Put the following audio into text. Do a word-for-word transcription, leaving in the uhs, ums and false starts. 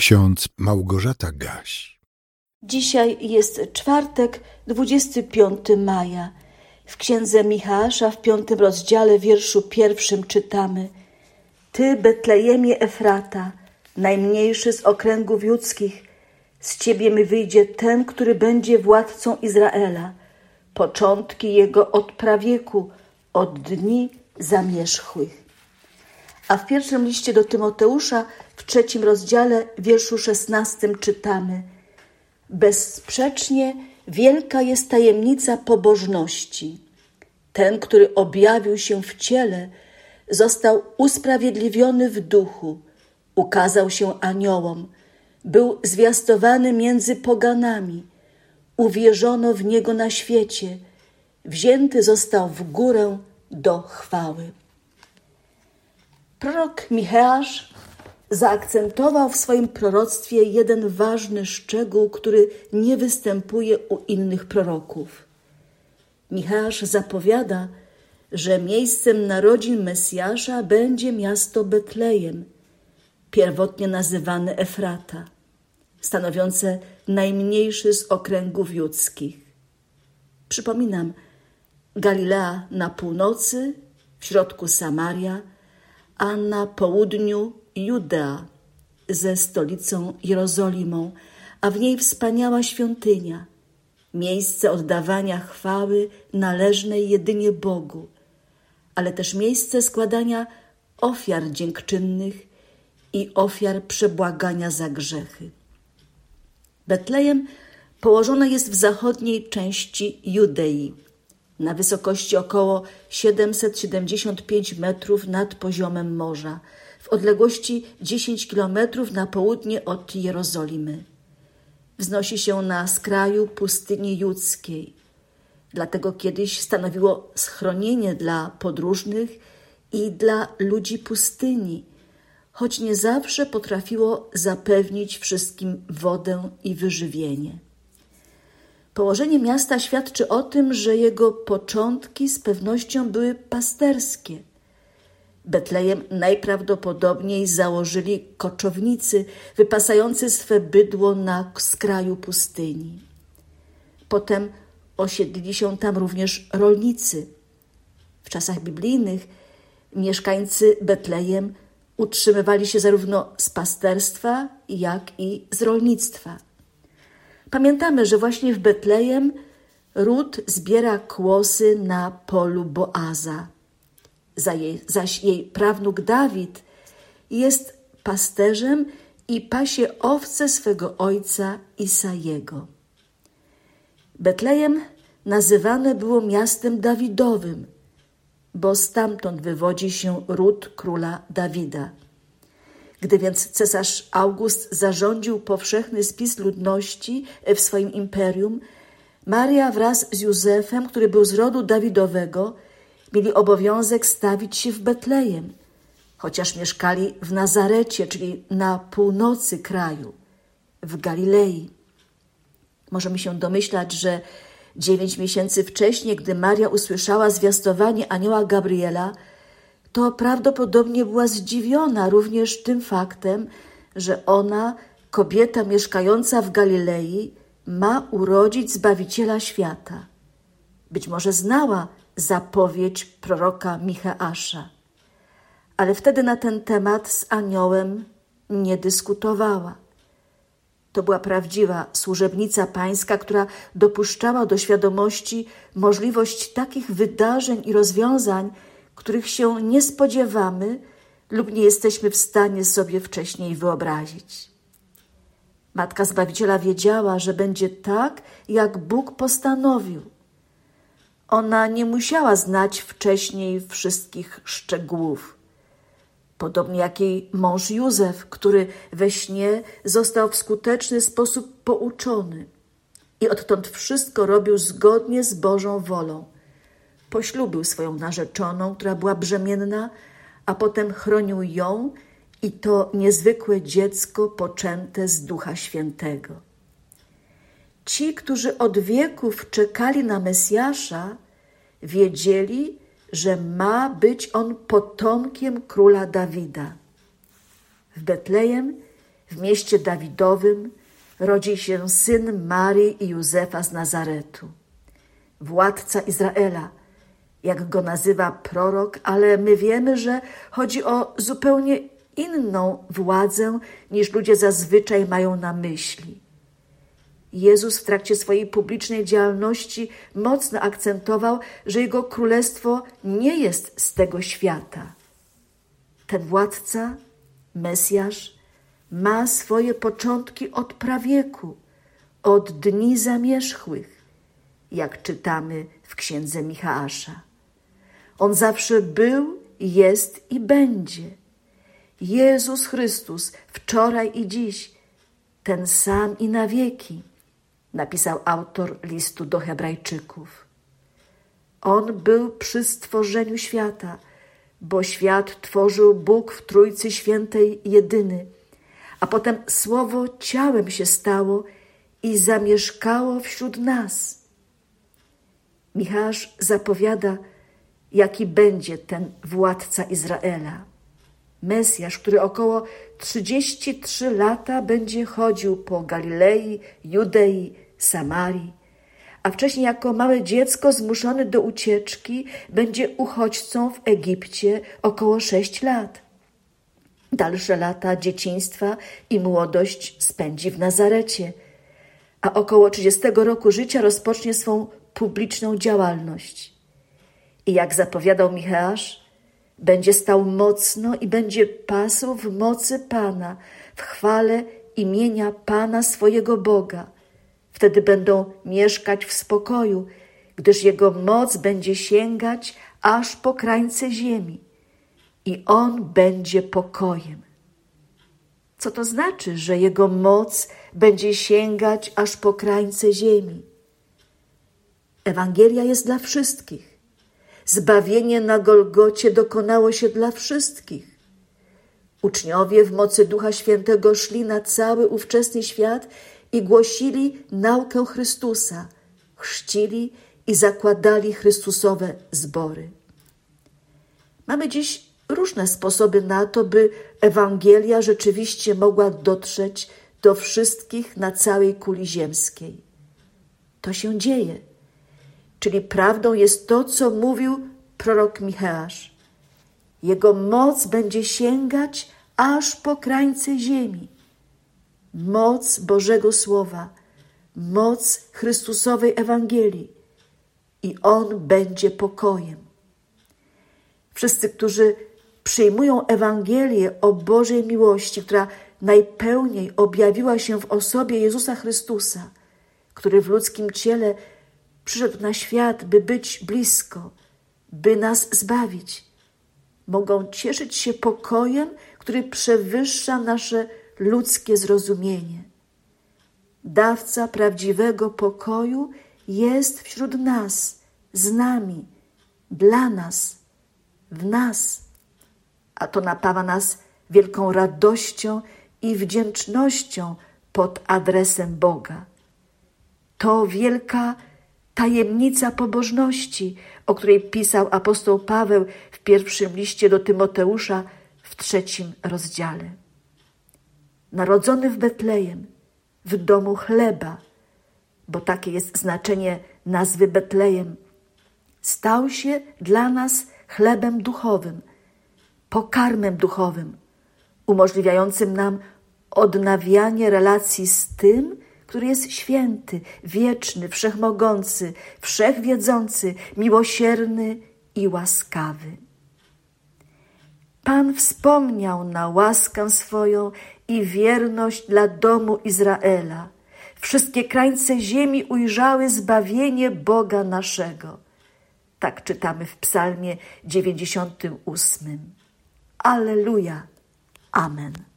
ksiądz Małgorzata Gaś. Dzisiaj jest czwartek, dwudziestego piątego maja. W księdze Michała w piątym rozdziale, wierszu pierwszym czytamy: Ty, Betlejemie Efrata, najmniejszy z okręgów judzkich, z ciebie mi wyjdzie ten, który będzie władcą Izraela. Początki jego od prawieku, od dni zamierzchłych. A w pierwszym liście do Tymoteusza, w trzecim rozdziale, wierszu szesnastym czytamy: Bezsprzecznie wielka jest tajemnica pobożności. Ten, który objawił się w ciele, został usprawiedliwiony w duchu, ukazał się aniołom, był zwiastowany między poganami, uwierzono w niego na świecie, wzięty został w górę do chwały. Prorok Micheasz zaakcentował w swoim proroctwie jeden ważny szczegół, który nie występuje u innych proroków. Micheasz zapowiada, że miejscem narodzin Mesjasza będzie miasto Betlejem, pierwotnie nazywane Efrata, stanowiące najmniejszy z okręgów judzkich. Przypominam, Galilea na północy, w środku Samaria, a na południu Judea ze stolicą Jerozolimą, a w niej wspaniała świątynia, miejsce oddawania chwały należnej jedynie Bogu, ale też miejsce składania ofiar dziękczynnych i ofiar przebłagania za grzechy. Betlejem położone jest w zachodniej części Judei, na wysokości około siedemset siedemdziesiąt pięć metrów nad poziomem morza, w odległości dziesięć kilometrów na południe od Jerozolimy. Wznosi się na skraju pustyni judzkiej, dlatego kiedyś stanowiło schronienie dla podróżnych i dla ludzi pustyni, choć nie zawsze potrafiło zapewnić wszystkim wodę i wyżywienie. Położenie miasta świadczy o tym, że jego początki z pewnością były pasterskie. Betlejem najprawdopodobniej założyli koczownicy wypasający swe bydło na skraju pustyni. Potem osiedlili się tam również rolnicy. W czasach biblijnych mieszkańcy Betlejem utrzymywali się zarówno z pasterstwa, jak i z rolnictwa. Pamiętamy, że właśnie w Betlejem Rut zbiera kłosy na polu Boaza. Zaś jej prawnuk Dawid jest pasterzem i pasie owce swego ojca Isajego. Betlejem nazywane było miastem Dawidowym, bo stamtąd wywodzi się ród króla Dawida. Gdy więc cesarz August zarządził powszechny spis ludności w swoim imperium, Maria wraz z Józefem, który był z rodu Dawidowego, mieli obowiązek stawić się w Betlejem, chociaż mieszkali w Nazarecie, czyli na północy kraju, w Galilei. Możemy się domyślać, że dziewięć miesięcy wcześniej, gdy Maria usłyszała zwiastowanie anioła Gabriela, to prawdopodobnie była zdziwiona również tym faktem, że ona, kobieta mieszkająca w Galilei, ma urodzić Zbawiciela świata. Być może znała zapowiedź proroka Micheasza, ale wtedy na ten temat z aniołem nie dyskutowała. To była prawdziwa służebnica pańska, która dopuszczała do świadomości możliwość takich wydarzeń i rozwiązań, których się nie spodziewamy lub nie jesteśmy w stanie sobie wcześniej wyobrazić. Matka Zbawiciela wiedziała, że będzie tak, jak Bóg postanowił. Ona nie musiała znać wcześniej wszystkich szczegółów. Podobnie jak jej mąż Józef, który we śnie został w skuteczny sposób pouczony i odtąd wszystko robił zgodnie z Bożą wolą. Poślubił swoją narzeczoną, która była brzemienna, a potem chronił ją i to niezwykłe dziecko poczęte z Ducha Świętego. Ci, którzy od wieków czekali na Mesjasza, wiedzieli, że ma być on potomkiem króla Dawida. W Betlejem, w mieście Dawidowym rodzi się syn Marii i Józefa z Nazaretu. Władca Izraela, jak go nazywa prorok, ale my wiemy, że chodzi o zupełnie inną władzę, niż ludzie zazwyczaj mają na myśli. Jezus w trakcie swojej publicznej działalności mocno akcentował, że Jego królestwo nie jest z tego świata. Ten władca, Mesjasz, ma swoje początki od prawieku, od dni zamierzchłych, jak czytamy w księdze Micheasza. On zawsze był, jest i będzie. Jezus Chrystus wczoraj i dziś, ten sam i na wieki, napisał autor listu do Hebrajczyków. On był przy stworzeniu świata, bo świat tworzył Bóg w Trójcy Świętej jedyny, a potem Słowo ciałem się stało i zamieszkało wśród nas. Micheasz zapowiada, jaki będzie ten władca Izraela. Mesjasz, który około trzydzieści trzy lata będzie chodził po Galilei, Judei, Samarii, a wcześniej jako małe dziecko zmuszony do ucieczki będzie uchodźcą w Egipcie około sześć lat. Dalsze lata dzieciństwa i młodość spędzi w Nazarecie, a około trzydziestego roku życia rozpocznie swą publiczną działalność. I jak zapowiadał Micheasz, będzie stał mocno i będzie pasł w mocy Pana, w chwale imienia Pana swojego Boga. Wtedy będą mieszkać w spokoju, gdyż Jego moc będzie sięgać aż po krańce ziemi i On będzie pokojem. Co to znaczy, że Jego moc będzie sięgać aż po krańce ziemi? Ewangelia jest dla wszystkich. Zbawienie na Golgocie dokonało się dla wszystkich. Uczniowie w mocy Ducha Świętego szli na cały ówczesny świat i głosili naukę Chrystusa, chrzcili i zakładali Chrystusowe zbory. Mamy dziś różne sposoby na to, by Ewangelia rzeczywiście mogła dotrzeć do wszystkich na całej kuli ziemskiej. To się dzieje. Czyli prawdą jest to, co mówił prorok Micheasz. Jego moc będzie sięgać aż po krańce ziemi. Moc Bożego Słowa, moc Chrystusowej Ewangelii i On będzie pokojem. Wszyscy, którzy przyjmują Ewangelię o Bożej miłości, która najpełniej objawiła się w osobie Jezusa Chrystusa, który w ludzkim ciele przyszedł na świat, by być blisko, by nas zbawić, mogą cieszyć się pokojem, który przewyższa nasze ludzkie zrozumienie. Dawca prawdziwego pokoju jest wśród nas, z nami, dla nas, w nas, a to napawa nas wielką radością i wdzięcznością pod adresem Boga. To wielka tajemnica pobożności, o której pisał apostoł Paweł w pierwszym liście do Tymoteusza w trzecim rozdziale. Narodzony w Betlejem, w domu chleba, bo takie jest znaczenie nazwy Betlejem, stał się dla nas chlebem duchowym, pokarmem duchowym, umożliwiającym nam odnawianie relacji z tym, który jest święty, wieczny, wszechmogący, wszechwiedzący, miłosierny i łaskawy. Pan wspomniał na łaskę swoją i wierność dla domu Izraela. Wszystkie krańce ziemi ujrzały zbawienie Boga naszego. Tak czytamy w psalmie dziewięćdziesiątym ósmym. Alleluja. Amen.